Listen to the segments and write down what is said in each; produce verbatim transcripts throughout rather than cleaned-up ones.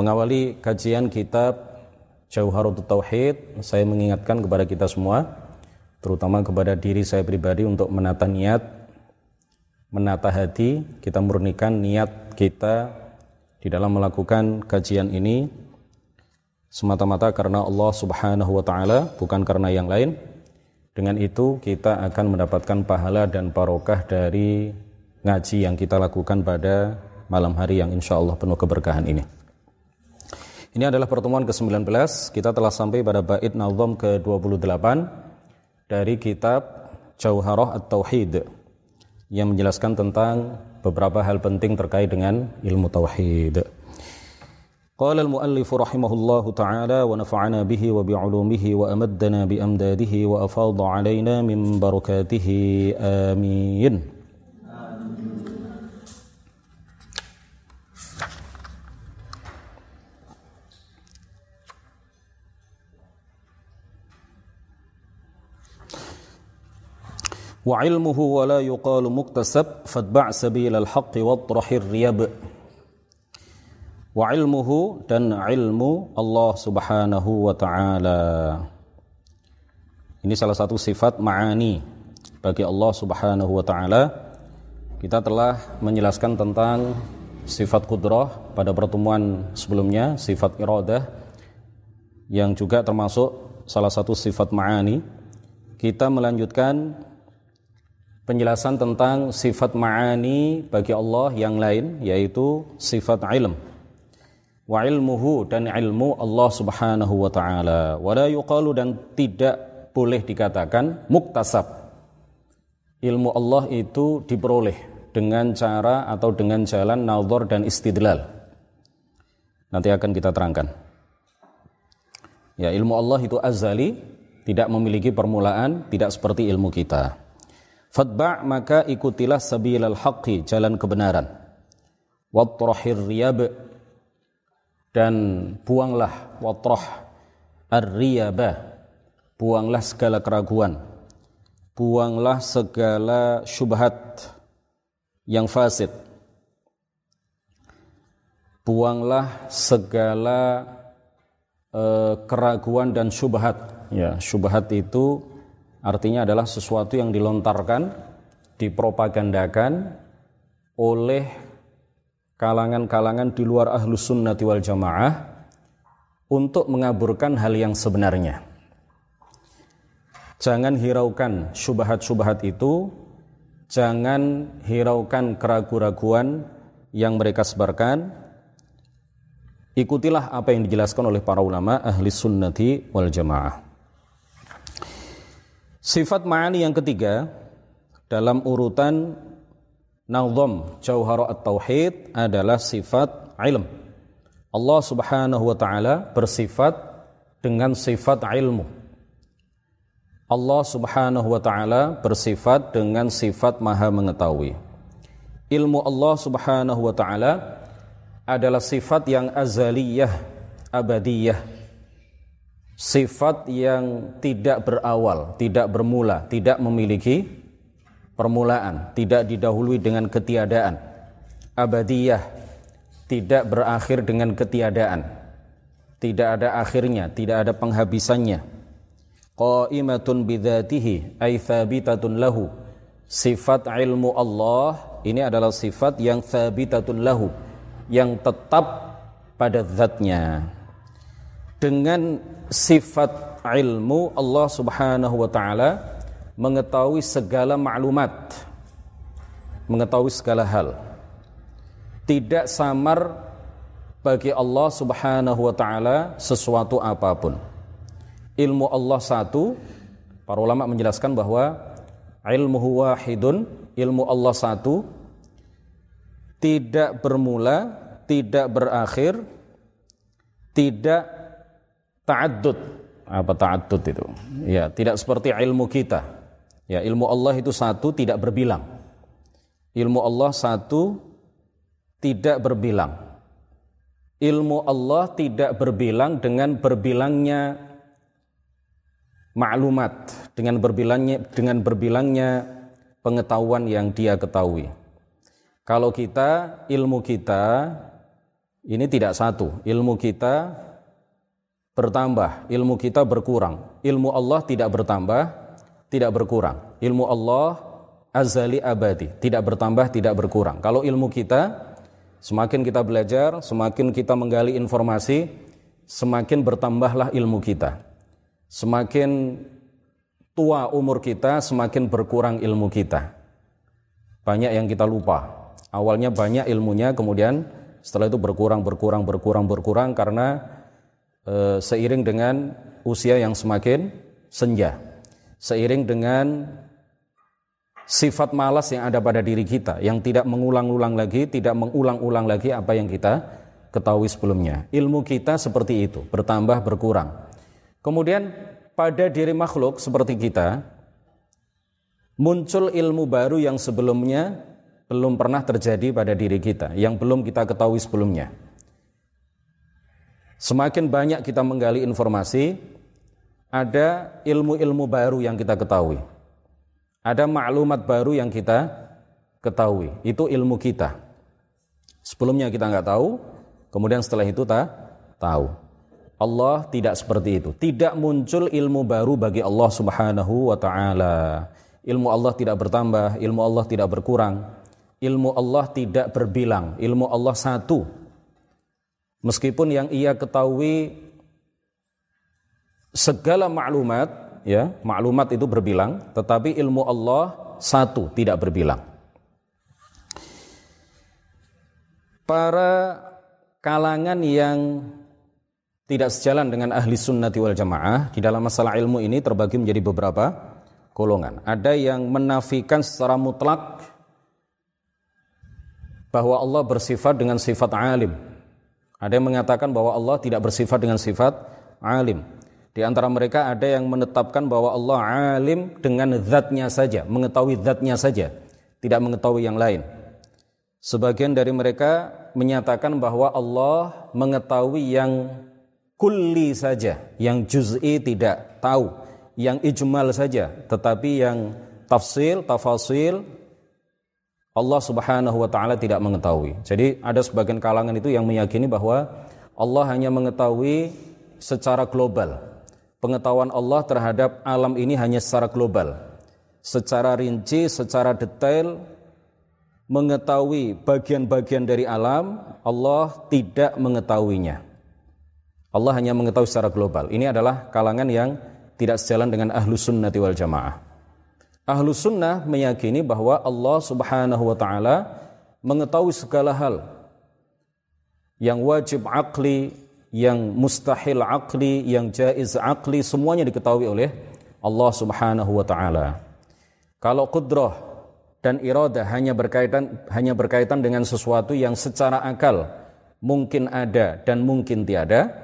Mengawali kajian kitab Jauharatut Tauhid, saya mengingatkan kepada kita semua, terutama kepada diri saya pribadi, untuk menata niat, menata hati, kita murnikan niat kita di dalam melakukan kajian ini semata-mata karena Allah Subhanahu wa taala, bukan karena yang lain. Dengan itu kita akan mendapatkan pahala dan barokah dari ngaji yang kita lakukan pada malam hari yang insya Allah penuh keberkahan ini. Ini adalah pertemuan ke sembilan belas, kita telah sampai pada bait nazam ke dua puluh delapan dari kitab Jauharatut Tauhid yang menjelaskan tentang beberapa hal penting terkait dengan ilmu tauhid. Qala al-muallif rahimahullahu ta'ala wa nafa'ana bihi wa bi'ulumihi wa amaddana bi amdadihi wa afadha 'alaina min barakatihi amin. Wa ilmuhu wa la yuqalu muktasab fadba' sabilal haqqi watrahir riyab. Wa ilmuhu, dan ilmu Allah Subhanahu wa ta'ala. Ini salah satu sifat ma'ani bagi Allah Subhanahu wa ta'ala. Kita telah menjelaskan tentang sifat qudrah pada pertemuan sebelumnya, sifat iradah yang juga termasuk salah satu sifat ma'ani. Kita melanjutkan penjelasan tentang sifat ma'ani bagi Allah yang lain, yaitu sifat ilm. Wa ilmuhu, dan ilmu Allah Subhanahu wa ta'ala. Wa la yuqalu, dan tidak boleh dikatakan muktasab. Ilmu Allah itu diperoleh dengan cara atau dengan jalan nazar dan istidlal. Nanti akan kita terangkan. Ya, ilmu Allah itu azali, tidak memiliki permulaan, tidak seperti ilmu kita. Fatba', maka ikutilah sabilal haqqi, jalan kebenaran. Watrahir riyab, dan buanglah watrah ar-riyabah, buanglah segala keraguan, buanglah segala syubhat yang fasid, buanglah segala uh, keraguan dan syubhat. Ya, syubhat itu artinya adalah sesuatu yang dilontarkan, dipropagandakan oleh kalangan-kalangan di luar ahlus sunnati wal jamaah untuk mengaburkan hal yang sebenarnya. Jangan hiraukan syubhat-syubhat itu, jangan hiraukan keraguan-keraguan yang mereka sebarkan. Ikutilah apa yang dijelaskan oleh para ulama ahli sunnati wal jamaah. Sifat ma'ani yang ketiga dalam urutan nazam Jauharatut Tauhid adalah sifat ilm. Allah Subhanahu wa ta'ala bersifat dengan sifat ilmu. Allah Subhanahu wa ta'ala bersifat dengan sifat maha mengetahui. Ilmu Allah Subhanahu wa ta'ala adalah sifat yang azaliyah, abadiyah. Sifat yang tidak berawal, tidak bermula, tidak memiliki permulaan, tidak didahului dengan ketiadaan. Abadiyah, tidak berakhir dengan ketiadaan. Tidak ada akhirnya, tidak ada penghabisannya. Qa'imatun bidzatihi ay thabitatun lahu. Sifat ilmu Allah ini adalah sifat yang thabitatun lahu, yang tetap pada zatnya. Dengan sifat ilmu, Allah Subhanahu wa ta'ala mengetahui segala maklumat, mengetahui segala hal. Tidak samar bagi Allah Subhanahu wa ta'ala sesuatu apapun. Ilmu Allah satu, para ulama menjelaskan bahwa ilmuhu wahidun, ilmu Allah satu, tidak bermula, tidak berakhir, tidak ta'addud. Apa ta'addud itu? Ya, tidak seperti ilmu kita. Ya, ilmu Allah itu satu, tidak berbilang. Ilmu Allah satu, tidak berbilang. Ilmu Allah tidak berbilang dengan berbilangnya maklumat, dengan berbilangnya dengan berbilangnya pengetahuan yang dia ketahui. Kalau kita, ilmu kita ini tidak satu. Ilmu kita bertambah, ilmu kita berkurang. Ilmu Allah tidak bertambah, tidak berkurang. Ilmu Allah azali abadi, tidak bertambah, tidak berkurang. Kalau ilmu kita, semakin kita belajar, semakin kita menggali informasi, semakin bertambahlah ilmu kita. Semakin tua umur kita, semakin berkurang ilmu kita. Banyak yang kita lupa. Awalnya banyak ilmunya, kemudian setelah itu berkurang, berkurang, berkurang, berkurang karena e, seiring dengan usia yang semakin senja. Seiring dengan sifat malas yang ada pada diri kita, yang tidak mengulang-ulang lagi, tidak mengulang-ulang lagi apa yang kita ketahui sebelumnya. Ilmu kita seperti itu, bertambah, berkurang. Kemudian pada diri makhluk seperti kita, muncul ilmu baru yang sebelumnya belum pernah terjadi pada diri kita, yang belum kita ketahui sebelumnya. Semakin banyak kita menggali informasi, ada ilmu-ilmu baru yang kita ketahui. Ada maklumat baru yang kita ketahui. Itu ilmu kita. Sebelumnya kita nggak tahu, kemudian setelah itu tak tahu. Allah tidak seperti itu. Tidak muncul ilmu baru bagi Allah Subhanahu wa ta'ala. Ilmu Allah tidak bertambah, ilmu Allah tidak berkurang. Ilmu Allah tidak berbilang, ilmu Allah satu. Meskipun yang ia ketahui segala maklumat, ya, maklumat itu berbilang, tetapi ilmu Allah satu, tidak berbilang. Para kalangan yang tidak sejalan dengan ahli sunnati wal jamaah di dalam masalah ilmu ini terbagi menjadi beberapa golongan. Ada yang menafikan secara mutlak bahwa Allah bersifat dengan sifat alim. Ada yang mengatakan bahwa Allah tidak bersifat dengan sifat alim. Di antara mereka ada yang menetapkan bahwa Allah alim dengan zatnya saja, mengetahui zatnya saja, tidak mengetahui yang lain. Sebagian dari mereka menyatakan bahwa Allah mengetahui yang kulli saja, yang juz'i tidak tahu, yang ijmal saja, tetapi yang tafsil, tafasil Allah Subhanahu wa ta'ala tidak mengetahui. Jadi ada sebagian kalangan itu yang meyakini bahwa Allah hanya mengetahui secara global. Pengetahuan Allah terhadap alam ini hanya secara global. Secara rinci, secara detail mengetahui bagian-bagian dari alam, Allah tidak mengetahuinya. Allah hanya mengetahui secara global. Ini adalah kalangan yang tidak sejalan dengan ahlus sunnati wal jamaah. Ahlus sunnah meyakini bahwa Allah Subhanahu wa ta'ala mengetahui segala hal yang wajib akli, yang mustahil akli, yang jaiz akli, semuanya diketahui oleh Allah Subhanahu wa ta'ala. Kalau qudrah dan iradah hanya berkaitan hanya berkaitan dengan sesuatu yang secara akal mungkin ada dan mungkin tiada,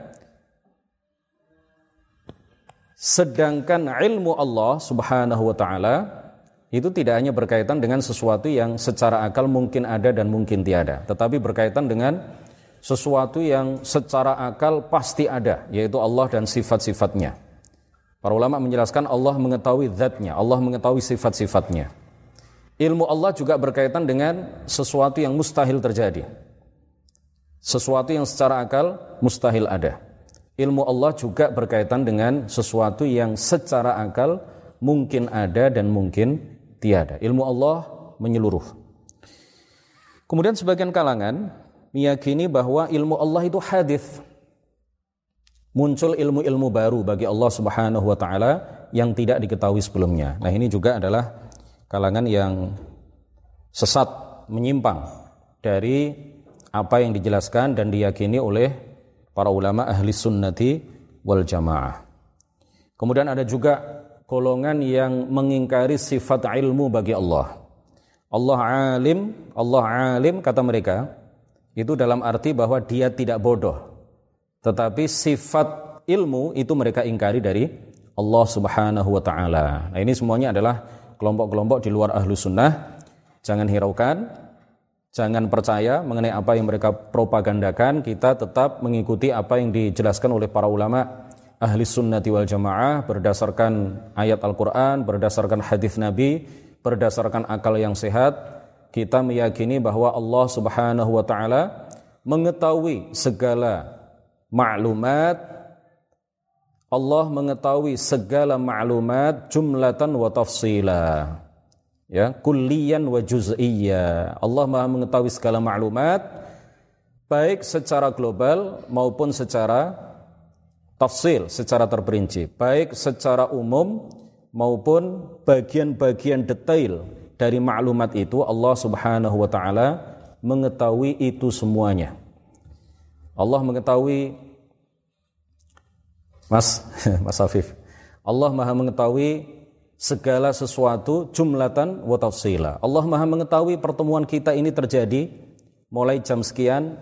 sedangkan ilmu Allah Subhanahu wa ta'ala itu tidak hanya berkaitan dengan sesuatu yang secara akal mungkin ada dan mungkin tiada, tetapi berkaitan dengan sesuatu yang secara akal pasti ada, yaitu Allah dan sifat-sifatnya. Para ulama menjelaskan Allah mengetahui zatnya, Allah mengetahui sifat-sifatnya. Ilmu Allah juga berkaitan dengan sesuatu yang mustahil terjadi, sesuatu yang secara akal mustahil ada. Ilmu Allah juga berkaitan dengan sesuatu yang secara akal mungkin ada dan mungkin tiada. Ilmu Allah menyeluruh. Kemudian sebagian kalangan meyakini bahwa ilmu Allah itu hadits. Muncul ilmu-ilmu baru bagi Allah Subhanahu wa ta'ala yang tidak diketahui sebelumnya. Nah, ini juga adalah kalangan yang sesat, menyimpang dari apa yang dijelaskan dan diyakini oleh para ulama ahli sunnati wal jamaah. Kemudian ada juga golongan yang mengingkari sifat ilmu bagi Allah. Allah alim, Allah alim kata mereka, itu dalam arti bahwa dia tidak bodoh. Tetapi sifat ilmu itu mereka ingkari dari Allah Subhanahu wa ta'ala. Nah, ini semuanya adalah kelompok-kelompok di luar ahlu sunnah. Jangan hiraukan, jangan percaya mengenai apa yang mereka propagandakan. Kita tetap mengikuti apa yang dijelaskan oleh para ulama ahli sunnati wal jamaah berdasarkan ayat Al-Quran, berdasarkan hadis Nabi, berdasarkan akal yang sehat. Kita meyakini bahwa Allah Subhanahu wa ta'ala mengetahui segala maklumat, Allah mengetahui segala maklumat jumlatan wa tafsila, ya, kulliyan wa juz'iyya. Allah Maha mengetahui segala maklumat baik secara global maupun secara tafsil, secara terperinci, baik secara umum maupun bagian-bagian detail dari maklumat itu. Allah Subhanahu wa taala mengetahui itu semuanya. Allah mengetahui, Mas Mas Afif, Allah Maha mengetahui segala sesuatu jumlatan wa tafsila. Allah Maha mengetahui pertemuan kita ini terjadi mulai jam sekian,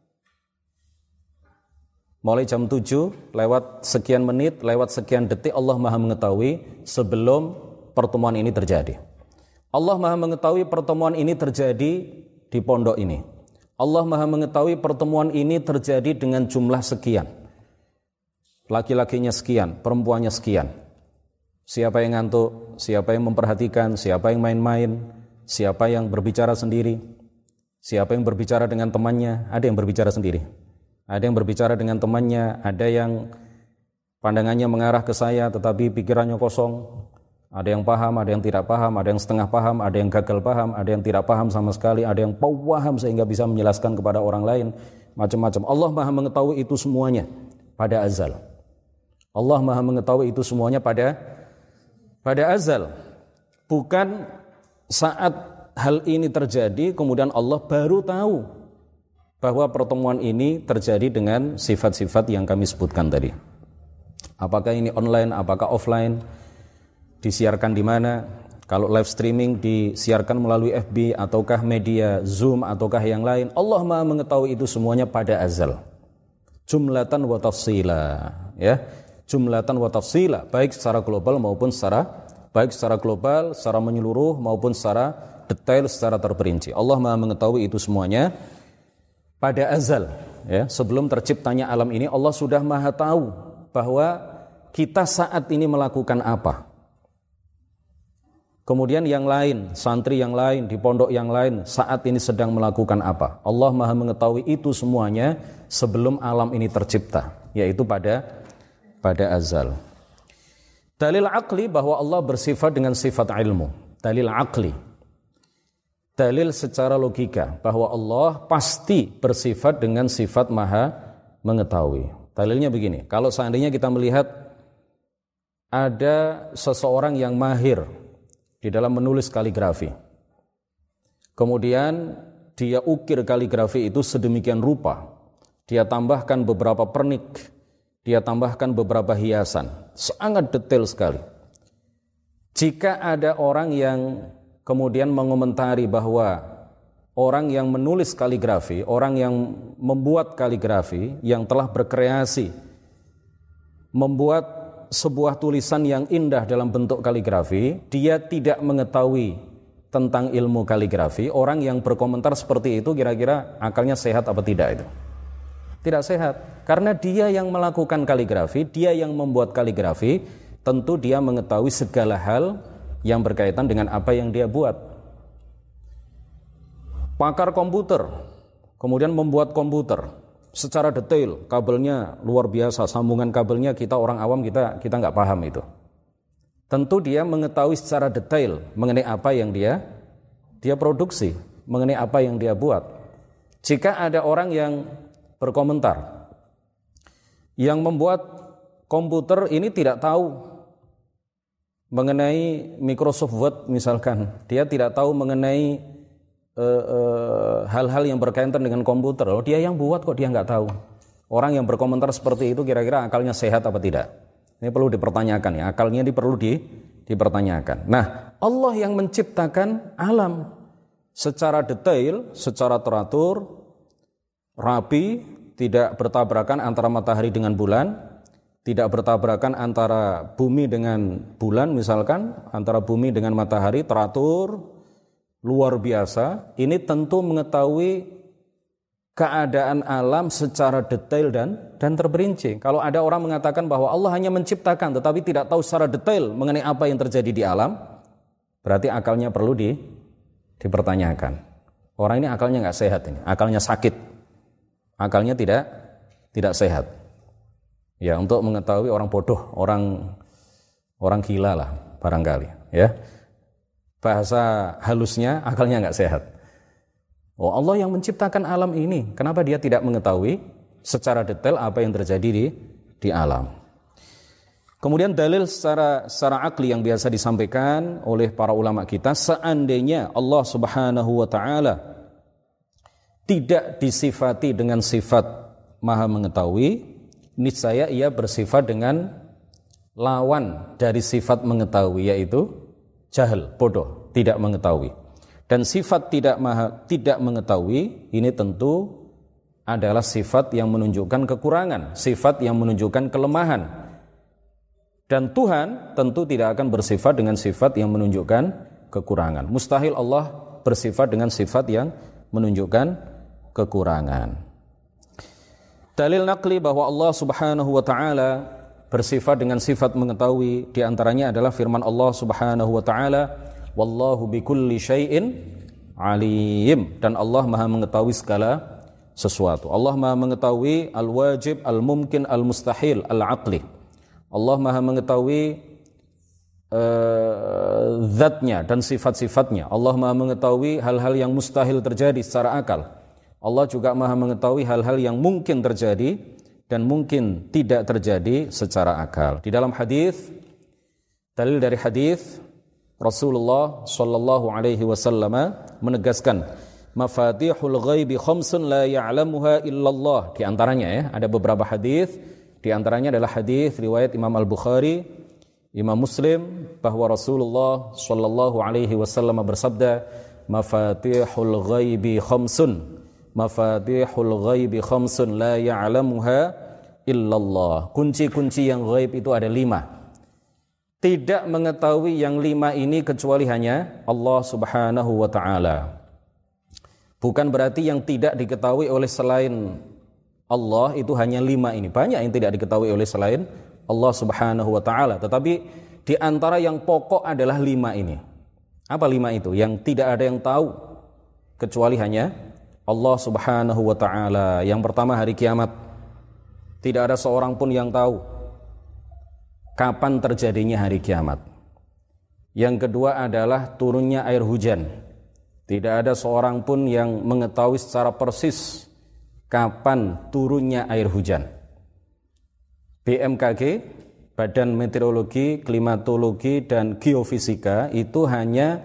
mulai jam tujuh lewat sekian menit, lewat sekian detik. Allah Maha mengetahui sebelum pertemuan ini terjadi. Allah Maha mengetahui pertemuan ini terjadi di pondok ini. Allah Maha mengetahui pertemuan ini terjadi dengan jumlah sekian. Laki-lakinya sekian, perempuannya sekian. Siapa yang ngantuk, siapa yang memperhatikan, siapa yang main-main, siapa yang berbicara sendiri, siapa yang berbicara dengan temannya. Ada yang berbicara sendiri, ada yang berbicara dengan temannya, ada yang pandangannya mengarah ke saya tetapi pikirannya kosong. Ada yang paham, ada yang tidak paham, ada yang setengah paham, ada yang gagal paham, ada yang tidak paham sama sekali, ada yang paham sehingga bisa menjelaskan kepada orang lain, macam-macam. Allah Maha mengetahui itu semuanya pada azal. Allah Maha mengetahui itu semuanya pada pada azal. Bukan saat hal ini terjadi kemudian Allah baru tahu bahwa pertemuan ini terjadi dengan sifat-sifat yang kami sebutkan tadi. Apakah ini online, apakah offline, disiarkan di mana, kalau live streaming disiarkan melalui F B ataukah media Zoom ataukah yang lain. Allah Maha mengetahui itu semuanya pada azal. Jumlatan wa tafsila, ya. Jumlatan wa tafsila, baik secara global maupun secara baik secara global, secara menyeluruh maupun secara detail, secara terperinci. Allah Maha mengetahui itu semuanya pada azal, ya. Sebelum terciptanya alam ini, Allah sudah Maha tahu bahwa kita saat ini melakukan apa. Kemudian yang lain, santri yang lain, di pondok yang lain saat ini sedang melakukan apa. Allah Maha mengetahui itu semuanya sebelum alam ini tercipta, yaitu pada pada azal. Dalil akli bahwa Allah bersifat dengan sifat ilmu. Dalil akli, dalil secara logika bahwa Allah pasti bersifat dengan sifat Maha mengetahui. Dalilnya begini, kalau seandainya kita melihat ada seseorang yang mahir di dalam menulis kaligrafi, kemudian dia ukir kaligrafi itu sedemikian rupa, dia tambahkan beberapa pernik, dia tambahkan beberapa hiasan, sangat detail sekali. Jika ada orang yang kemudian mengomentari bahwa orang yang menulis kaligrafi, orang yang membuat kaligrafi, yang telah berkreasi membuat sebuah tulisan yang indah dalam bentuk kaligrafi, dia tidak mengetahui tentang ilmu kaligrafi, orang yang berkomentar seperti itu kira-kira akalnya sehat apa tidak itu? Tidak sehat. Karena dia yang melakukan kaligrafi, dia yang membuat kaligrafi, tentu dia mengetahui segala hal yang berkaitan dengan apa yang dia buat. Pakar komputer kemudian membuat komputer secara detail, kabelnya luar biasa, sambungan kabelnya kita orang awam kita kita nggak paham itu. Tentu dia mengetahui secara detail mengenai apa yang dia dia produksi, mengenai apa yang dia buat. Jika ada orang yang berkomentar, yang membuat komputer ini tidak tahu mengenai Microsoft Word misalkan, dia tidak tahu mengenai Uh, uh, hal-hal yang berkaitan dengan komputer, loh, dia yang buat kok dia nggak tahu. Orang yang berkomentar seperti itu kira-kira akalnya sehat apa tidak? Ini perlu dipertanyakan ya, akalnya ini perlu di, dipertanyakan. Nah, Allah yang menciptakan alam secara detail, secara teratur, rapi, tidak bertabrakan antara matahari dengan bulan, tidak bertabrakan antara bumi dengan bulan misalkan, antara bumi dengan matahari, teratur, luar biasa. Ini tentu mengetahui keadaan alam secara detail dan dan terperinci. Kalau ada orang mengatakan bahwa Allah hanya menciptakan tetapi tidak tahu secara detail mengenai apa yang terjadi di alam, berarti akalnya perlu di, dipertanyakan. Orang ini akalnya nggak sehat, ini akalnya sakit. akalnya tidak tidak sehat. Ya, untuk mengetahui orang bodoh, orang orang gila lah barangkali, ya. Bahasa halusnya akalnya enggak sehat. Oh, Allah yang menciptakan alam ini, kenapa dia tidak mengetahui secara detail apa yang terjadi di di alam? Kemudian dalil secara secara akli yang biasa disampaikan oleh para ulama kita, seandainya Allah Subhanahu wa taala tidak disifati dengan sifat Maha mengetahui, niscaya ia bersifat dengan lawan dari sifat mengetahui, yaitu jahil, bodoh, tidak mengetahui. Dan sifat tidak maha tidak mengetahui ini tentu adalah sifat yang menunjukkan kekurangan, sifat yang menunjukkan kelemahan. Dan Tuhan tentu tidak akan bersifat dengan sifat yang menunjukkan kekurangan. Mustahil Allah bersifat dengan sifat yang menunjukkan kekurangan. Dalil naqli bahwa Allah Subhanahu wa taala bersifat dengan sifat mengetahui di antaranya adalah firman Allah Subhanahu wa taala, "Wallahu bikulli syai'in alim." Dan Allah Maha mengetahui segala sesuatu. Allah Maha mengetahui al-wajib, al-mumkin, al-mustahil, al-aqli. Allah Maha mengetahui uh, zatnya dan sifat-sifatnya. Allah Maha mengetahui hal-hal yang mustahil terjadi secara akal. Allah juga Maha mengetahui hal-hal yang mungkin terjadi dan mungkin tidak terjadi secara akal. Di dalam hadis, dalil dari hadis, Rasulullah sallallahu alaihi wasallam menegaskan, mafatihul ghaibi khamsun la ya'lamuha illallah. Di antaranya ya, ada beberapa hadis. Di antaranya adalah hadis riwayat Imam Al-Bukhari, Imam Muslim, bahwa Rasulullah sallallahu alaihi wasallam bersabda, mafatihul ghaibi khamsun, mafatihul ghaibi khamsun la ya'lamuha illallah. Kunci-kunci yang ghaib itu ada lima. Tidak mengetahui yang lima ini kecuali hanya Allah Subhanahu wa ta'ala. Bukan berarti yang tidak diketahui oleh selain Allah itu hanya lima ini. Banyak yang tidak diketahui oleh selain Allah Subhanahu wa ta'ala. Tetapi di antara yang pokok adalah lima ini. Apa lima itu? Yang tidak ada yang tahu kecuali hanya Allah Subhanahu wa ta'ala. Yang pertama, hari kiamat. Tidak ada seorang pun yang tahu kapan terjadinya hari kiamat. Yang kedua adalah turunnya air hujan. Tidak ada seorang pun yang mengetahui secara persis kapan turunnya air hujan. B M K G, Badan Meteorologi, Klimatologi, dan Geofisika itu hanya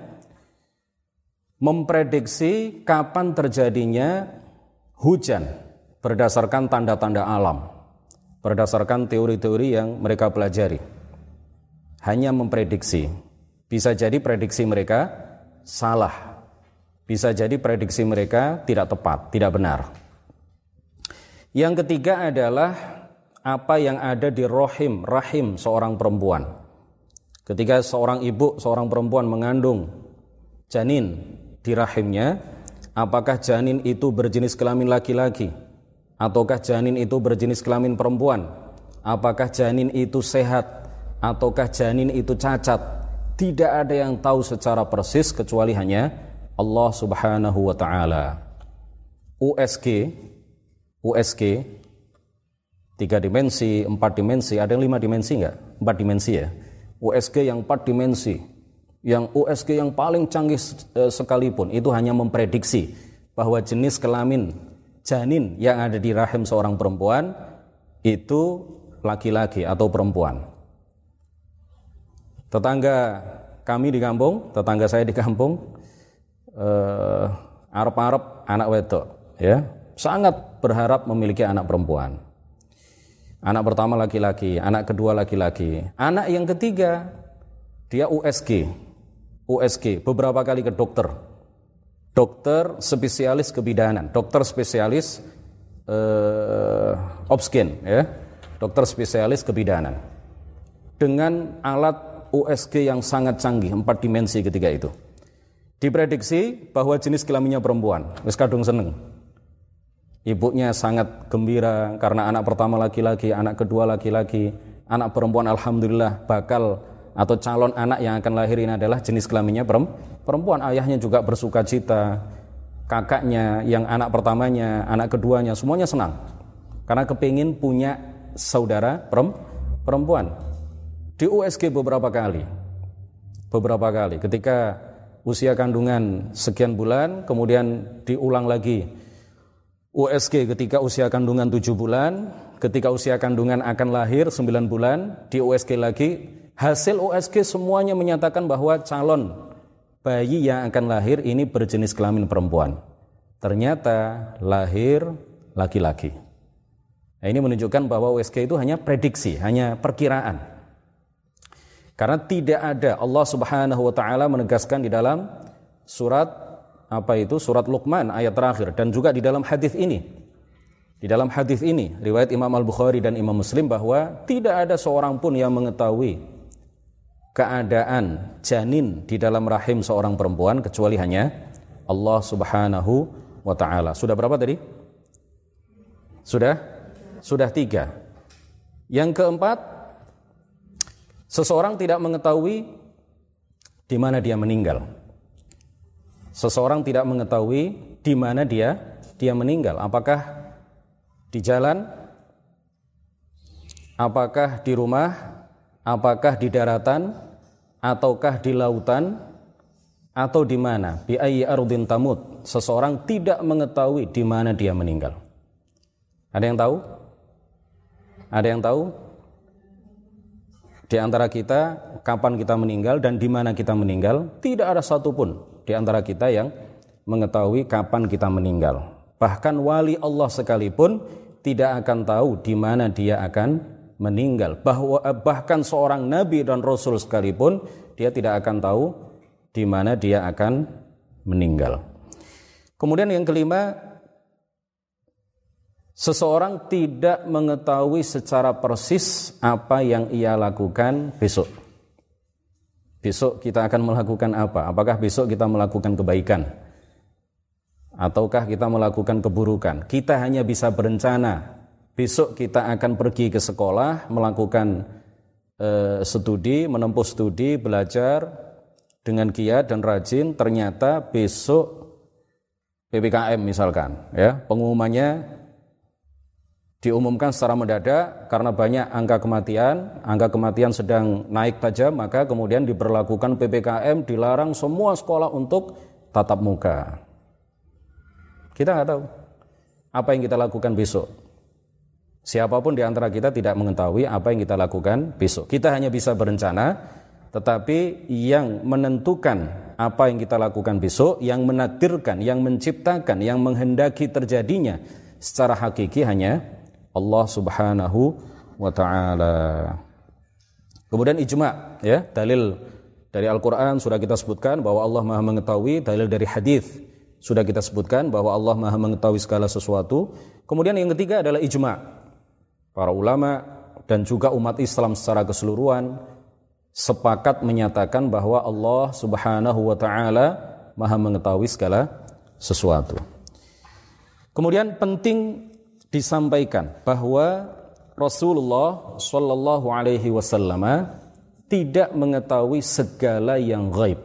memprediksi kapan terjadinya hujan berdasarkan tanda-tanda alam, berdasarkan teori-teori yang mereka pelajari. Hanya memprediksi. Bisa jadi prediksi mereka salah. Bisa jadi prediksi mereka tidak tepat, tidak benar. Yang ketiga adalah apa yang ada di rahim, rahim seorang perempuan. Ketika seorang ibu, seorang perempuan mengandung janin di rahimnya, apakah janin itu berjenis kelamin laki-laki ataukah janin itu berjenis kelamin perempuan? Apakah janin itu sehat ataukah janin itu cacat? Tidak ada yang tahu secara persis kecuali hanya Allah Subhanahu wa ta'ala. U S G U S G tiga dimensi, empat dimensi, ada yang lima dimensi enggak? Empat dimensi ya. U S G yang empat dimensi, yang U S G yang paling canggih sekalipun itu hanya memprediksi bahwa jenis kelamin janin yang ada di rahim seorang perempuan itu laki-laki atau perempuan. Tetangga kami di kampung, tetangga saya di kampung, eh, arep-arep anak wedok, ya. Sangat berharap memiliki anak perempuan. Anak pertama laki-laki, anak kedua laki-laki. Anak yang ketiga, dia U S G. U S G, beberapa kali ke dokter. Dokter spesialis kebidanan, dokter spesialis eh, obsgen, ya. Dokter spesialis kebidanan. Dengan alat U S G yang sangat canggih, empat dimensi ketika itu. Diprediksi bahwa jenis kelaminnya perempuan. Wis kadung seneng. Ibunya sangat gembira karena anak pertama laki-laki, anak kedua laki-laki, anak perempuan alhamdulillah bakal atau calon anak yang akan lahir ini adalah jenis kelaminnya perempuan. Ayahnya juga bersuka cita, kakaknya, yang anak pertamanya, anak keduanya, semuanya senang. Karena kepingin punya saudara perempuan. Di U S G beberapa kali. Beberapa kali. Ketika usia kandungan sekian bulan, kemudian diulang lagi. U S G ketika usia kandungan tujuh bulan, ketika usia kandungan akan lahir sembilan bulan, di U S G lagi. Hasil U S G semuanya menyatakan bahwa calon bayi yang akan lahir ini berjenis kelamin perempuan. Ternyata lahir laki-laki. Nah, ini menunjukkan bahwa U S G itu hanya prediksi, hanya perkiraan. Karena tidak ada, Allah Subhanahu wa taala menegaskan di dalam surat apa itu? Surat Luqman ayat terakhir, dan juga di dalam hadis ini. Di dalam hadis ini, riwayat Imam Al-Bukhari dan Imam Muslim, bahwa tidak ada seorang pun yang mengetahui keadaan janin di dalam rahim seorang perempuan kecuali hanya Allah Subhanahu wa taala. Sudah berapa tadi? Sudah? Sudah tiga. Yang keempat, seseorang tidak mengetahui di mana dia meninggal. Seseorang tidak mengetahui di mana dia dia meninggal. Apakah di jalan? Apakah di rumah? Apakah di daratan? Ataukah di lautan? Atau di mana? Bi ayyi ardin tamut. Seseorang tidak mengetahui di mana dia meninggal. Ada yang tahu? Ada yang tahu? Di antara kita, kapan kita meninggal dan di mana kita meninggal, tidak ada satupun di antara kita yang mengetahui kapan kita meninggal. Bahkan wali Allah sekalipun tidak akan tahu di mana dia akan meninggal. Bahwa, bahkan seorang nabi dan rasul sekalipun, dia tidak akan tahu di mana dia akan meninggal. Kemudian yang kelima, seseorang tidak mengetahui secara persis apa yang ia lakukan besok. Besok kita akan melakukan apa? Apakah besok kita melakukan kebaikan? Ataukah kita melakukan keburukan? Kita hanya bisa berencana. Besok kita akan pergi ke sekolah, melakukan eh, studi, menempuh studi, belajar dengan giat dan rajin. Ternyata besok P P K M misalkan, ya, pengumumannya diumumkan secara mendadak karena banyak angka kematian, angka kematian sedang naik tajam, maka kemudian diberlakukan P P K M, dilarang semua sekolah untuk tatap muka. Kita nggak tahu apa yang kita lakukan besok. Siapapun di antara kita tidak mengetahui apa yang kita lakukan besok. Kita hanya bisa berencana, tetapi yang menentukan apa yang kita lakukan besok, yang menakdirkan, yang menciptakan, yang menghendaki terjadinya secara hakiki hanya Allah Subhanahu wa taala. Kemudian ijma, ya, dalil dari Al-Qur'an sudah kita sebutkan bahwa Allah Maha mengetahui, dalil dari hadis sudah kita sebutkan bahwa Allah Maha mengetahui segala sesuatu. Kemudian yang ketiga adalah ijma. Para ulama dan juga umat Islam secara keseluruhan sepakat menyatakan bahwa Allah Subhanahu wa taala Maha mengetahui segala sesuatu. Kemudian penting disampaikan bahwa Rasulullah Shallallahu Alaihi Wasallam tidak mengetahui segala yang gaib.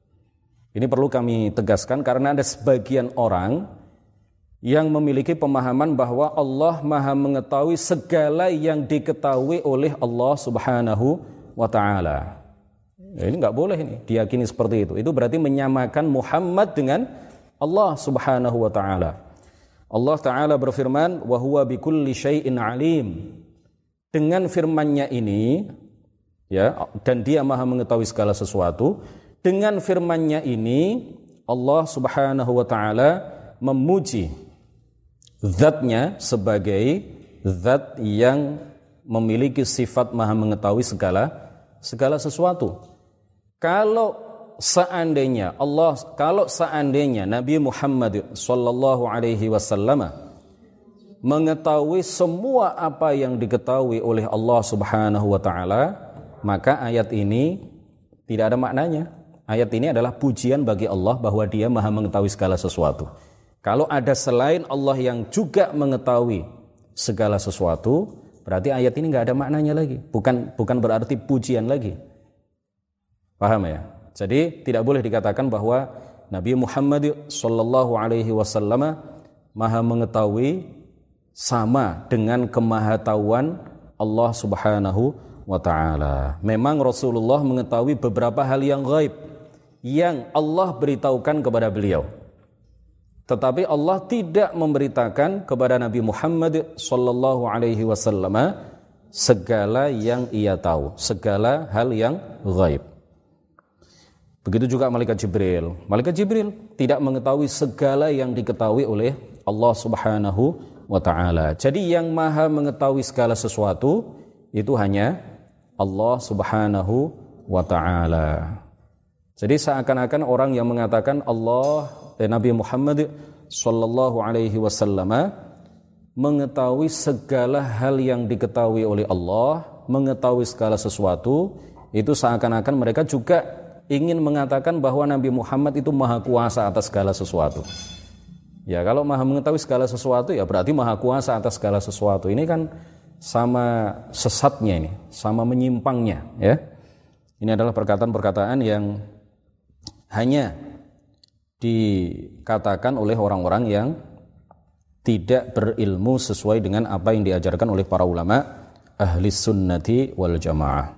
Ini perlu kami tegaskan karena ada sebagian orang yang memiliki pemahaman bahwa Allah Maha mengetahui segala yang diketahui oleh Allah Subhanahu wa taala. Ini enggak boleh ini diyakini seperti itu. Itu berarti menyamakan Muhammad dengan Allah Subhanahu wa taala. Allah taala berfirman, "Wa huwa bikulli syai'in alim." Dengan firman-Nya ini, ya, dan Dia Maha mengetahui segala sesuatu. Dengan firman-Nya ini, Allah Subhanahu wa taala memuji Zat-Nya sebagai zat yang memiliki sifat Maha mengetahui segala segala sesuatu. Kalau seandainya Allah, kalau seandainya Nabi Muhammad sallallahu alaihi wasallam mengetahui semua apa yang diketahui oleh Allah Subhanahu wa taala, maka ayat ini tidak ada maknanya. Ayat ini adalah pujian bagi Allah bahwa Dia Maha mengetahui segala sesuatu. Kalau ada selain Allah yang juga mengetahui segala sesuatu, berarti ayat ini nggak ada maknanya lagi. Bukan bukan berarti pujian lagi. Paham ya? Jadi tidak boleh dikatakan bahwa Nabi Muhammad sallallahu alaihi wasallam maha mengetahui sama dengan kemahatauan Allah Subhanahu wa taala. Memang Rasulullah mengetahui beberapa hal yang gaib yang Allah beritahukan kepada beliau. Tetapi Allah tidak memberitakan kepada Nabi Muhammad sallallahu alaihi wasallam segala yang ia tahu, segala hal yang gaib. Begitu juga malaikat Jibril. Malaikat Jibril tidak mengetahui segala yang diketahui oleh Allah Subhanahu wa taala. Jadi yang maha mengetahui segala sesuatu itu hanya Allah Subhanahu wa taala. Jadi seakan-akan orang yang mengatakan Allah eh, Nabi Muhammad sallallahu alaihi wasallam mengetahui segala hal yang diketahui oleh Allah, mengetahui segala sesuatu, itu seakan-akan mereka juga ingin mengatakan bahwa Nabi Muhammad itu maha kuasa atas segala sesuatu. Ya, kalau maha mengetahui segala sesuatu ya berarti maha kuasa atas segala sesuatu. Ini kan sama sesatnya ini, sama menyimpangnya, ya. Ini adalah perkataan-perkataan yang hanya dikatakan oleh orang-orang yang tidak berilmu sesuai dengan apa yang diajarkan oleh para ulama ahli sunnati wal jamaah.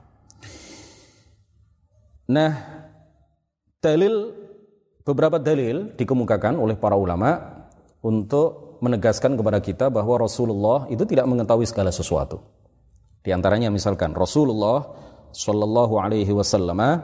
Nah, dalil, beberapa dalil dikemukakan oleh para ulama untuk menegaskan kepada kita bahwa Rasulullah itu tidak mengetahui segala sesuatu. Di antaranya misalkan Rasulullah sallallahu alaihi wasallam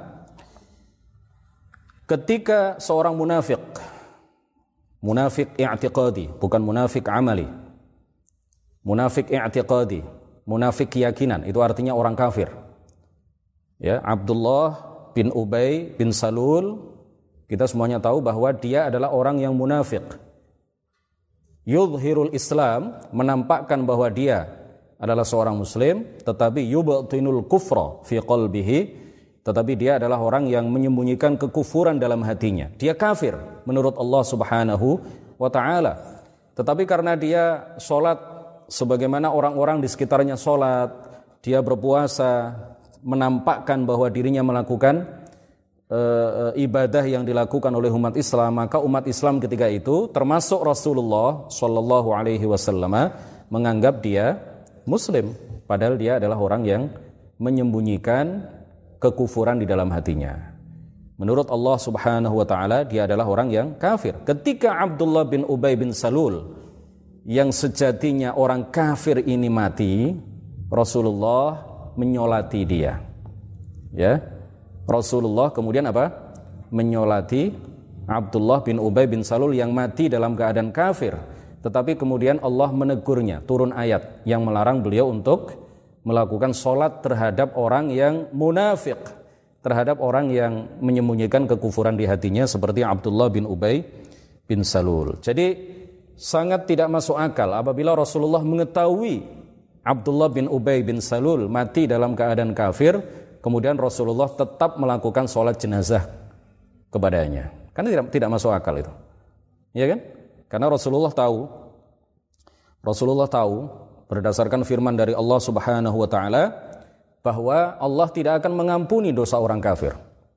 ketika seorang munafik, munafik i'tiqadi, bukan munafik amali, munafik i'tiqadi, munafik keyakinan, itu artinya orang kafir. Ya, Abdullah bin Ubay bin Salul, kita semuanya tahu bahwa dia adalah orang yang munafik. Yudhirul Islam, menampakkan bahwa dia adalah seorang muslim, tetapi yubtinul kufra fi qalbihi, tetapi dia adalah orang yang menyembunyikan kekufuran dalam hatinya. Dia kafir menurut Allah Subhanahu wa taala. Tetapi karena dia sholat sebagaimana orang-orang di sekitarnya sholat, dia berpuasa, menampakkan bahwa dirinya melakukan e, e, ibadah yang dilakukan oleh umat Islam, maka umat Islam ketika itu termasuk Rasulullah sallallahu alaihi wasallam menganggap dia muslim, padahal dia adalah orang yang menyembunyikan kekufuran di dalam hatinya. Menurut Allah Subhanahu wa taala dia adalah orang yang kafir. Ketika Abdullah bin Ubay bin Salul yang sejatinya orang kafir ini mati, Rasulullah menyolati dia. Ya. Rasulullah kemudian apa? Menyolati Abdullah bin Ubay bin Salul yang mati dalam keadaan kafir. Tetapi kemudian Allah menegurnya, turun ayat yang melarang beliau untuk melakukan sholat terhadap orang yang munafik, terhadap orang yang menyembunyikan kekufuran di hatinya seperti Abdullah bin Ubay bin Salul. Jadi sangat tidak masuk akal apabila Rasulullah mengetahui Abdullah bin Ubay bin Salul mati dalam keadaan kafir, kemudian Rasulullah tetap melakukan sholat jenazah kepadanya. Karena tidak, tidak masuk akal itu. Ya kan? Karena Rasulullah tahu, Rasulullah tahu berdasarkan firman dari Allah Subhanahu wa taala bahwa Allah tidak akan mengampuni dosa orang kafir.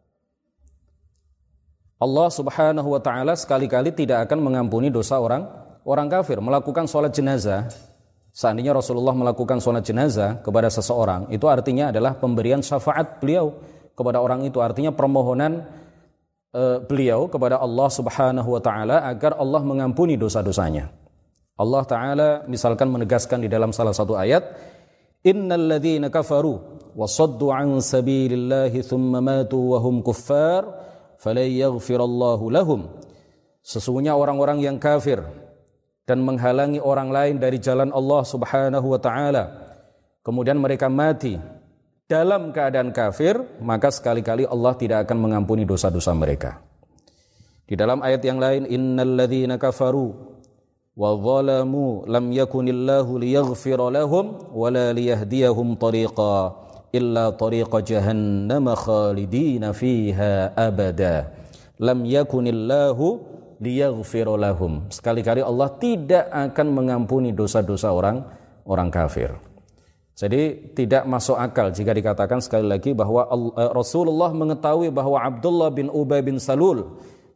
Allah Subhanahu wa taala sekali-kali tidak akan mengampuni dosa orang orang kafir melakukan sholat jenazah. Seandainya Rasulullah melakukan sholat jenazah kepada seseorang, itu artinya adalah pemberian syafaat beliau kepada orang itu, artinya permohonan e, beliau kepada Allah Subhanahu wa taala agar Allah mengampuni dosa-dosanya. Allah taala misalkan menegaskan di dalam salah satu ayat, innal ladzina kafaru wa saddu an sabilillahi thumma matu wa hum kuffar falan yaghfirallahu lahum. Sesungguhnya orang-orang yang kafir dan menghalangi orang lain dari jalan Allah Subhanahu wa taala, kemudian mereka mati dalam keadaan kafir, maka sekali-kali Allah tidak akan mengampuni dosa-dosa mereka. Di dalam ayat yang lain, innal ladzina kafaru wa zalamu lam yakunillahu liyaghfira lahum wa la liyahdiyahum tariqa illa tariqa jahannam khalidina fiha abada. Lam yakunillahu liyaghfira lahum. Sekali-kali Allah tidak akan mengampuni dosa-dosa orang orang kafir. Jadi tidak masuk akal jika dikatakan sekali lagi bahwa Rasulullah mengetahui bahwa Abdullah bin Ubay bin Salul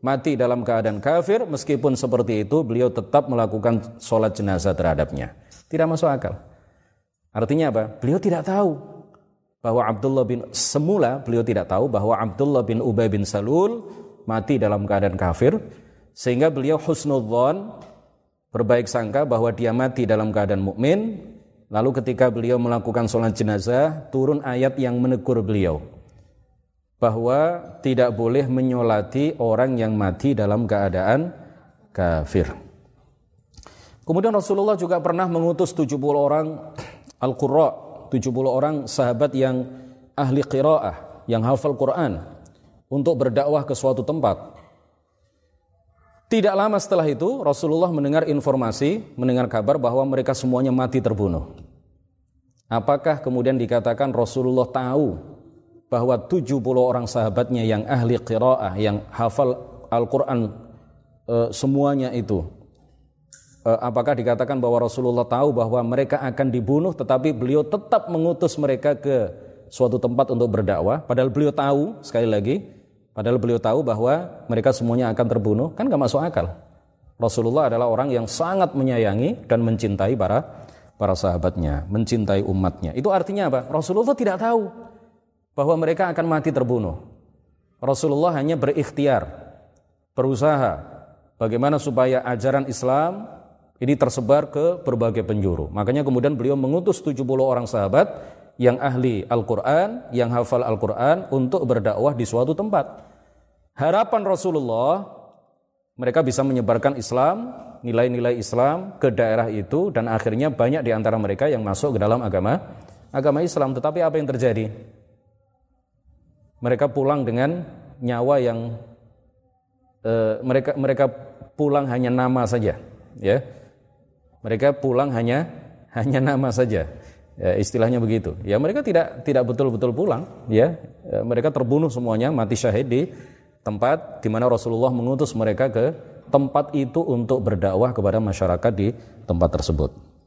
mati dalam keadaan kafir, meskipun seperti itu beliau tetap melakukan sholat jenazah terhadapnya. Tidak masuk akal. Artinya apa? Beliau tidak tahu bahwa Abdullah bin semula beliau tidak tahu bahwa Abdullah bin Ubay bin Salul mati dalam keadaan kafir, sehingga beliau husnudzon, berbaik sangka bahwa dia mati dalam keadaan mukmin. Lalu ketika beliau melakukan sholat jenazah, turun ayat yang menegur beliau bahwa tidak boleh menyolati orang yang mati dalam keadaan kafir. Kemudian Rasulullah juga pernah mengutus tujuh puluh orang al-qurra, tujuh puluh orang sahabat yang ahli qiraah, yang hafal Quran, untuk berdakwah ke suatu tempat. Tidak lama setelah itu Rasulullah mendengar informasi, mendengar kabar bahwa mereka semuanya mati terbunuh. Apakah kemudian dikatakan Rasulullah tahu bahwa tujuh puluh orang sahabatnya yang ahli qiraah, yang hafal Al-Quran e, semuanya itu, e, apakah dikatakan bahwa Rasulullah tahu bahwa mereka akan dibunuh tetapi beliau tetap mengutus mereka ke suatu tempat untuk berdakwah, padahal beliau tahu, sekali lagi, padahal beliau tahu bahwa mereka semuanya akan terbunuh? Kan gak masuk akal. Rasulullah adalah orang yang sangat menyayangi dan mencintai para para sahabatnya, mencintai umatnya. Itu artinya apa? Rasulullah tidak tahu bahwa mereka akan mati terbunuh. Rasulullah hanya berikhtiar, berusaha bagaimana supaya ajaran Islam ini tersebar ke berbagai penjuru. Makanya kemudian beliau mengutus tujuh puluh orang sahabat yang ahli Al-Quran, yang hafal Al-Quran untuk berdakwah di suatu tempat. Harapan Rasulullah, mereka bisa menyebarkan Islam, nilai-nilai Islam ke daerah itu, dan akhirnya banyak di antara mereka yang masuk ke dalam agama agama Islam. Tetapi apa yang terjadi? Mereka pulang dengan nyawa yang e, mereka mereka pulang hanya nama saja, ya. Mereka pulang hanya hanya nama saja, ya, istilahnya begitu. Ya, mereka tidak tidak betul-betul pulang, ya. E, mereka terbunuh semuanya, mati syahid di tempat di mana Rasulullah mengutus mereka ke tempat itu untuk berdakwah kepada masyarakat di tempat tersebut.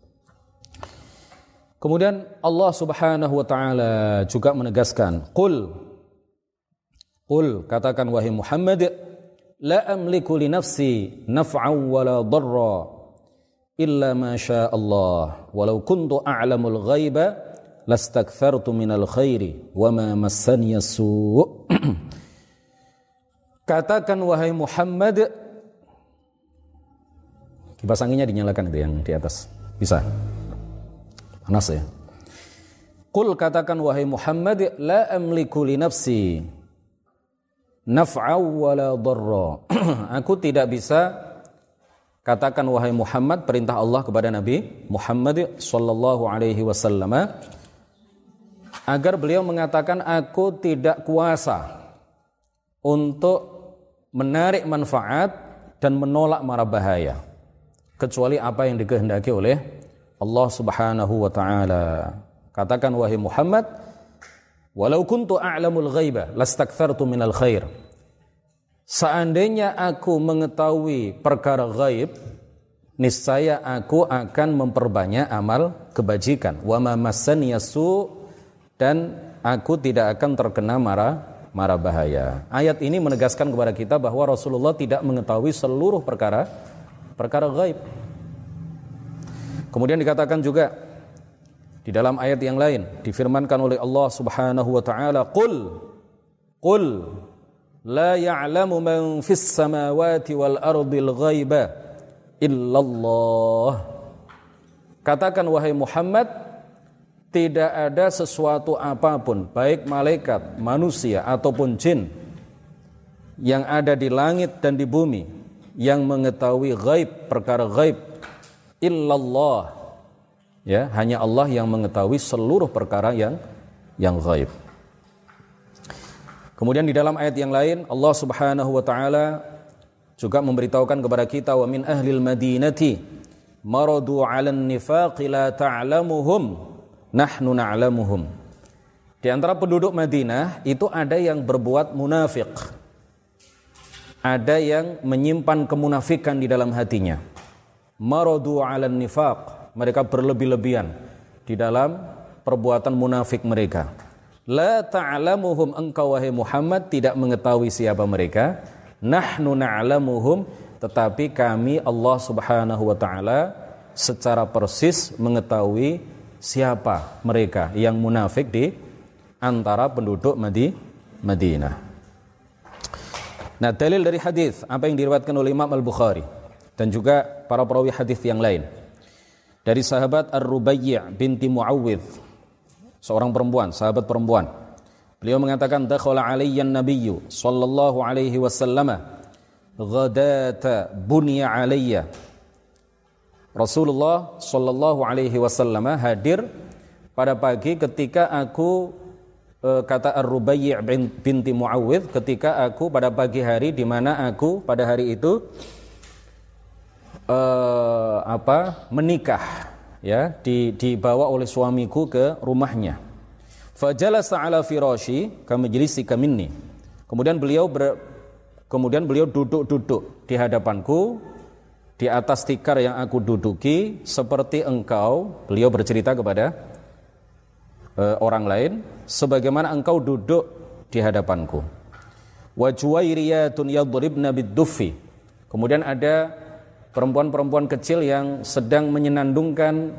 Kemudian Allah Subhanahu wa taala juga menegaskan, qul Qul, katakan wahai Muhammad, la amliku li nafsi naf'an wala darra illa ma syaa Allah, walau kuntu a'lamul ghaiba lastakthartu minal khairi wa ma massani as-su'. Katakan wahai Muhammad, kipas anginnya dinyalakan itu yang di atas. Bisa? Panas ya. Qul, katakan wahai Muhammad, la amliku li nafsi naf'aw wala darra. Aku tidak bisa, katakan wahai Muhammad, perintah Allah kepada Nabi Muhammad sallallahu alaihi wasallam agar beliau mengatakan, aku tidak kuasa untuk menarik manfaat dan menolak mara bahaya kecuali apa yang dikehendaki oleh Allah Subhanahu wa taala. Katakan wahai Muhammad, walau kuntu a'lamul ghaiba lastakthartu minal khair. Seandainya aku mengetahui perkara ghaib, niscaya aku akan memperbanyak amal kebajikan. Wa ma massani yasu, dan aku tidak akan terkena mara mara bahaya. Ayat ini menegaskan kepada kita bahwa Rasulullah tidak mengetahui seluruh perkara perkara ghaib. Kemudian dikatakan juga di dalam ayat yang lain, difirmankan oleh Allah Subhanahu wa taala, qul qul la ya'lamu man fis samawati wal ardil ghaiba illallah. Katakan wahai Muhammad, tidak ada sesuatu apapun, baik malaikat, manusia ataupun jin yang ada di langit dan di bumi yang mengetahui ghaib, perkara ghaib, illallah. Ya, hanya Allah yang mengetahui seluruh perkara yang yang ghaib. Kemudian di dalam ayat yang lain Allah Subhanahu wa taala juga memberitahukan kepada kita, wa min ahlil madinati maradu 'alan nifaqi la ta'lamuhum nahnu na'lamuhum. Di antara penduduk Madinah itu ada yang berbuat munafik, ada yang menyimpan kemunafikan di dalam hatinya. Maradu 'alan nifaq, mereka berlebih-lebihan di dalam perbuatan munafik mereka. La ta'lamuhum, engkau wahai Muhammad tidak mengetahui siapa mereka. nahnu na'lamuhum, tetapi kami Allah Subhanahu wa taala secara persis mengetahui siapa mereka yang munafik di antara penduduk Madinah. Nah, dalil dari hadis apa yang diriwayatkan oleh Imam Al-Bukhari dan juga para perawi hadis yang lain dari sahabat Ar-Rubayyi' binti Muawwidh, seorang perempuan, sahabat perempuan. Beliau mengatakan, dakhala alayya an-nabiyyu sallallahu alaihi wasallam ghadata bunya alayya. Rasulullah sallallahu alaihi wasallam hadir pada pagi ketika aku, kata Ar-Rubayyi' binti Muawwidh, ketika aku pada pagi hari di mana aku pada hari itu uh, apa menikah, ya, di, dibawa oleh suamiku ke rumahnya. Fajalasa ala firashi kamajlisika minni. Kemudian beliau ber, kemudian beliau duduk-duduk di hadapanku di atas tikar yang aku duduki seperti engkau, beliau bercerita kepada orang lain, sebagaimana engkau duduk di hadapanku. Wa juwairiyatun yadribna bid-duffi. Kemudian ada perempuan-perempuan kecil yang sedang menyenandungkan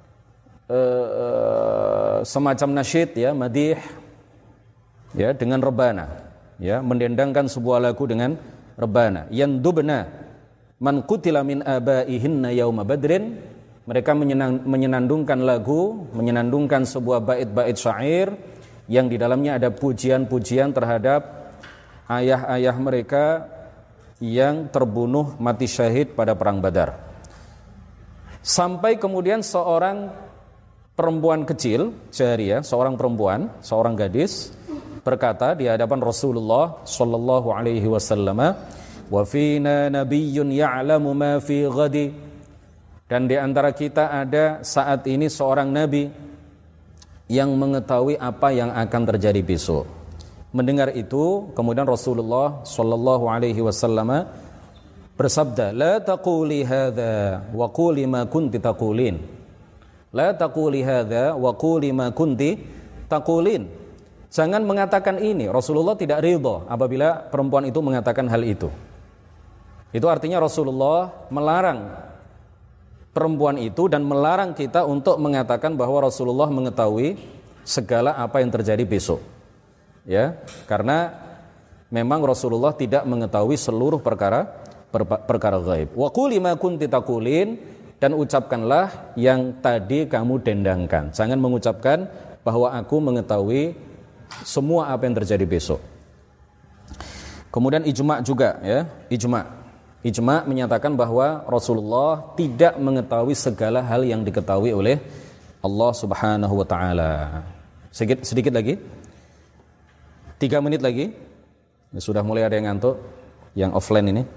uh, semacam nasyid, ya, madih, ya, dengan rebana, ya, mendendangkan sebuah lagu dengan rebana. Yandubna man qutila min abaihinna yauma badrin. Mereka menyenandungkan lagu, menyenandungkan sebuah bait-bait syair yang di dalamnya ada pujian-pujian terhadap ayah-ayah mereka yang terbunuh mati syahid pada perang Badar. Sampai kemudian seorang perempuan kecil, jariyah, seorang perempuan, seorang gadis berkata di hadapan Rasulullah sallallahu alaihi wasallam, "Wa fina nabiyyun ya'lamu ma fi ghadi." Dan di antara kita ada saat ini seorang nabi yang mengetahui apa yang akan terjadi besok. Mendengar itu, kemudian Rasulullah sallallahu alaihi wasallam bersabda, "La taquli hadza wa quli ma kunti taqulin." La taquli hadza wa quli ma kunti taqulin. Jangan mengatakan ini. Rasulullah tidak ridha apabila perempuan itu mengatakan hal itu. Itu artinya Rasulullah melarang perempuan itu dan melarang kita untuk mengatakan bahwa Rasulullah mengetahui segala apa yang terjadi besok, ya, karena memang Rasulullah tidak mengetahui seluruh perkara per, perkara gaib. Wa quli ma kunti taqulin, dan ucapkanlah yang tadi kamu dendangkan. Jangan mengucapkan bahwa aku mengetahui semua apa yang terjadi besok. Kemudian ijma' juga, ya, ijma' Ijma' menyatakan bahwa Rasulullah tidak mengetahui segala hal yang diketahui oleh Allah Subhanahu wa taala. Sedikit, sedikit lagi. Tiga menit lagi. Sudah mulai ada yang ngantuk, yang offline ini.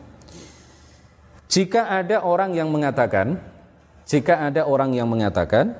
Jika ada orang yang mengatakan, jika ada orang yang mengatakan,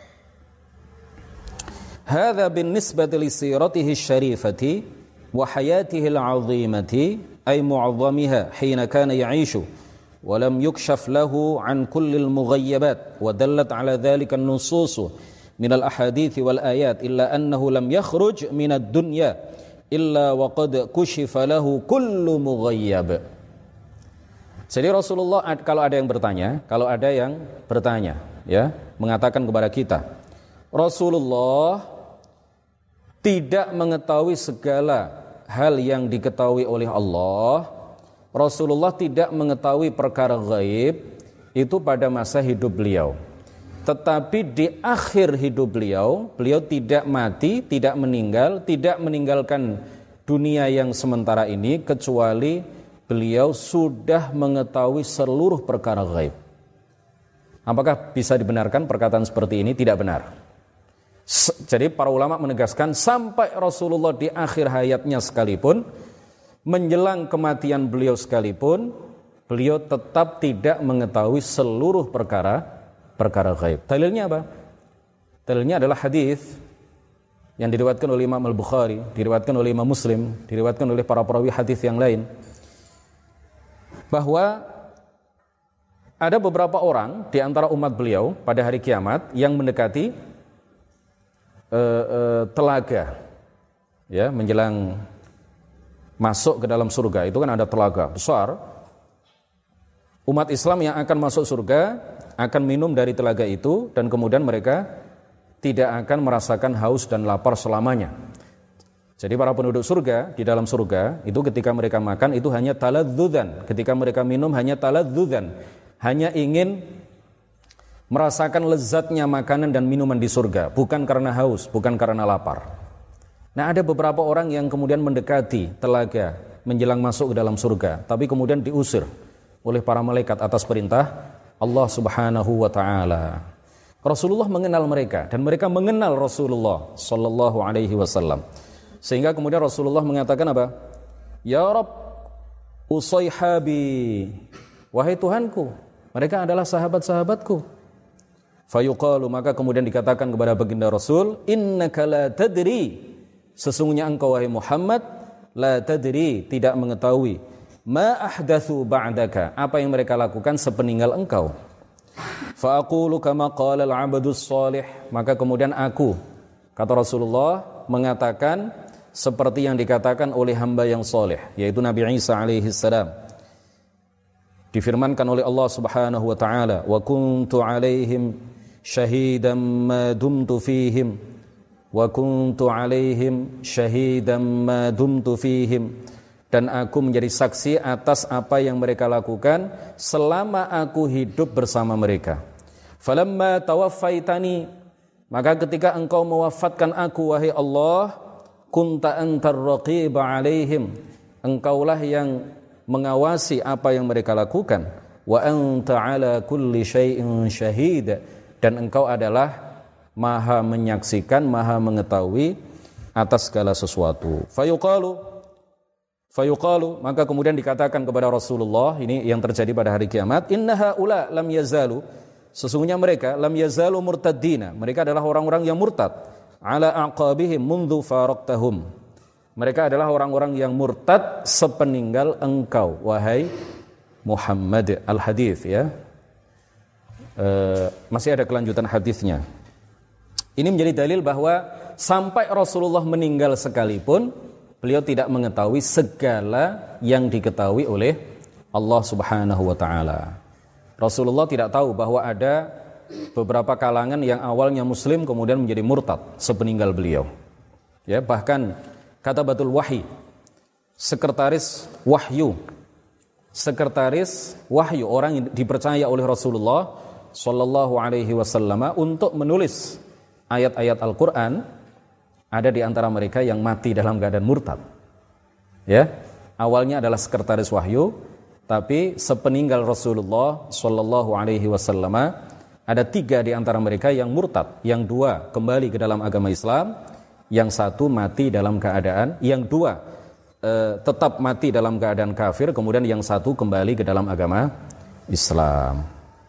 hadza bin nisbati li siratihi syarifati wa hayatihi al-'azimati ay mu'azzamiha hina kana ya'ishu wa lam yukshaf lahu an kulli al-mughayyabat wa dallat ala dhalika an-nusus min al-ahadith wal ayat illa annahu lam yakhruj min ad-dunya illa wa qad kushifa lahu kullu mughayyab. Jadi Rasulullah, kalau ada yang bertanya, kalau ada yang bertanya, ya, mengatakan kepada kita, Rasulullah tidak mengetahui segala hal yang diketahui oleh Allah. Rasulullah tidak mengetahui perkara gaib itu pada masa hidup beliau. Tetapi di akhir hidup beliau, beliau tidak mati, tidak meninggal, tidak meninggalkan dunia yang sementara ini kecuali beliau sudah mengetahui seluruh perkara gaib. Apakah bisa dibenarkan perkataan seperti ini? Tidak benar. Jadi para ulama menegaskan sampai Rasulullah di akhir hayatnya sekalipun, menjelang kematian beliau sekalipun, beliau tetap tidak mengetahui seluruh perkara perkara gaib. Dalilnya apa? Dalilnya adalah hadis yang diriwayatkan oleh Imam Al-Bukhari, diriwayatkan oleh Imam Muslim, diriwayatkan oleh para perawi hadis yang lain, bahwa ada beberapa orang di antara umat beliau pada hari kiamat yang mendekati Uh, uh, telaga, ya, menjelang masuk ke dalam surga, itu kan ada telaga besar. Umat Islam yang akan masuk surga akan minum dari telaga itu, dan kemudian mereka tidak akan merasakan haus dan lapar selamanya. Jadi para penduduk surga di dalam surga itu ketika mereka makan itu hanya taladzzudzan, ketika mereka minum hanya taladzzudzan, hanya ingin merasakan lezatnya makanan dan minuman di surga, bukan karena haus, bukan karena lapar. Nah, ada beberapa orang yang kemudian mendekati telaga menjelang masuk ke dalam surga, tapi kemudian diusir oleh para malaikat atas perintah Allah Subhanahu wa taala. Rasulullah mengenal mereka dan mereka mengenal Rasulullah sallallahu alaihi wasallam. Sehingga kemudian Rasulullah mengatakan apa? Ya Rabb, usayhabi, wahai Tuhanku, mereka adalah sahabat-sahabatku. Fayuqalu, maka kemudian dikatakan kepada baginda Rasul, innaka la tadri, sesungguhnya engkau wahai Muhammad, la tadri, tidak mengetahui, ma ahdatsu ba'daka, apa yang mereka lakukan sepeninggal engkau. Fa aqulu kama qala al-'abdus shalih, maka kemudian aku, kata Rasulullah, mengatakan seperti yang dikatakan oleh hamba yang soleh, yaitu Nabi Isa alaihi salam. Difirmankan oleh Allah Subhanahu wa taala, wa kuntu alaihim syahidan ma dumtu fihim, wa kuntu alaihim syahidan ma dumtu fihim, dan aku menjadi saksi atas apa yang mereka lakukan selama aku hidup bersama mereka. Falamma tawaffaitani, maka ketika engkau mewafatkan aku wahai Allah, kunta antar raqiba alaihim, engkaulah yang mengawasi apa yang mereka lakukan, wa anta ala kulli syai'in syahid, dan engkau adalah maha menyaksikan, maha mengetahui atas segala sesuatu. Fayuqalu fayuqalu, maka kemudian dikatakan kepada Rasulullah, ini yang terjadi pada hari kiamat, inna haula lam yazalu, sesungguhnya mereka lam yazalu murtaddina, mereka adalah orang-orang yang murtad, ala aqabihim mundhu faraqtahum, mereka adalah orang-orang yang murtad sepeninggal engkau wahai Muhammad. Al-hadits ya, e, masih ada kelanjutan hadisnya. Ini menjadi dalil bahwa sampai Rasulullah meninggal sekalipun beliau tidak mengetahui segala yang diketahui oleh Allah Subhanahu wa taala. Rasulullah tidak tahu bahwa ada beberapa kalangan yang awalnya muslim kemudian menjadi murtad sepeninggal beliau. Ya, bahkan Katabatul Wahyi, sekretaris wahyu, sekretaris wahyu, orang yang dipercaya oleh Rasulullah sallallahu alaihi wasallam untuk menulis ayat-ayat Al-Qur'an, ada di antara mereka yang mati dalam keadaan murtad. Ya, awalnya adalah sekretaris wahyu, tapi sepeninggal Rasulullah sallallahu alaihi wasallam ada tiga di antara mereka yang murtad, yang dua kembali ke dalam agama Islam, yang satu mati dalam keadaan, yang dua e, tetap mati dalam keadaan kafir, kemudian yang satu kembali ke dalam agama Islam.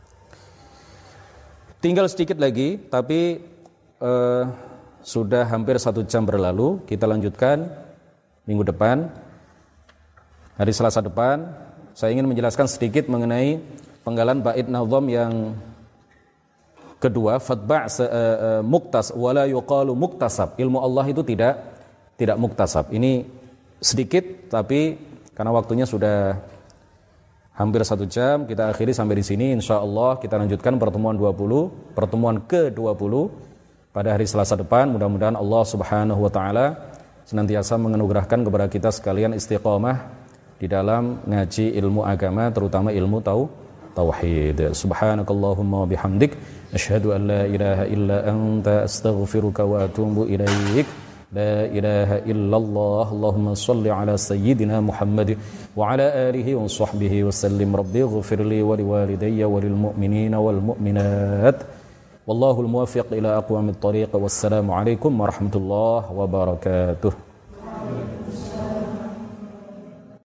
Tinggal sedikit lagi, tapi e, sudah hampir satu jam berlalu. Kita lanjutkan minggu depan, hari Selasa depan. Saya ingin menjelaskan sedikit mengenai penggalan bait nazam yang kedua, fatba' uh, muktas wala yuqalu muktasab. Ilmu Allah itu tidak tidak muktasab. Ini sedikit, tapi karena waktunya sudah hampir satu jam, kita akhiri sampai di sini. Insyaallah kita lanjutkan pertemuan dua puluh, pertemuan ke dua puluh pada hari Selasa depan. Mudah-mudahan Allah Subhanahu wa taala senantiasa menganugerahkan kepada kita sekalian istiqamah di dalam ngaji ilmu agama, terutama ilmu tau tauhid. Subhanakallahumma wa bihamdik, asyhadu an la ilaha illa anta, astaghfiruka wa atubu ilaik. La ilaha illallah. Allahumma salli ala sayyidina Muhammad wa ala alihi wa sahbihi wa sallim. Rabbi ighfirli wa liwalidayya wa lil mu'minina wal mu'minat. Wallahul muwaffiq ila aqwamit thariq. Wassalamu alaikum warahmatullahi wabarakatuh.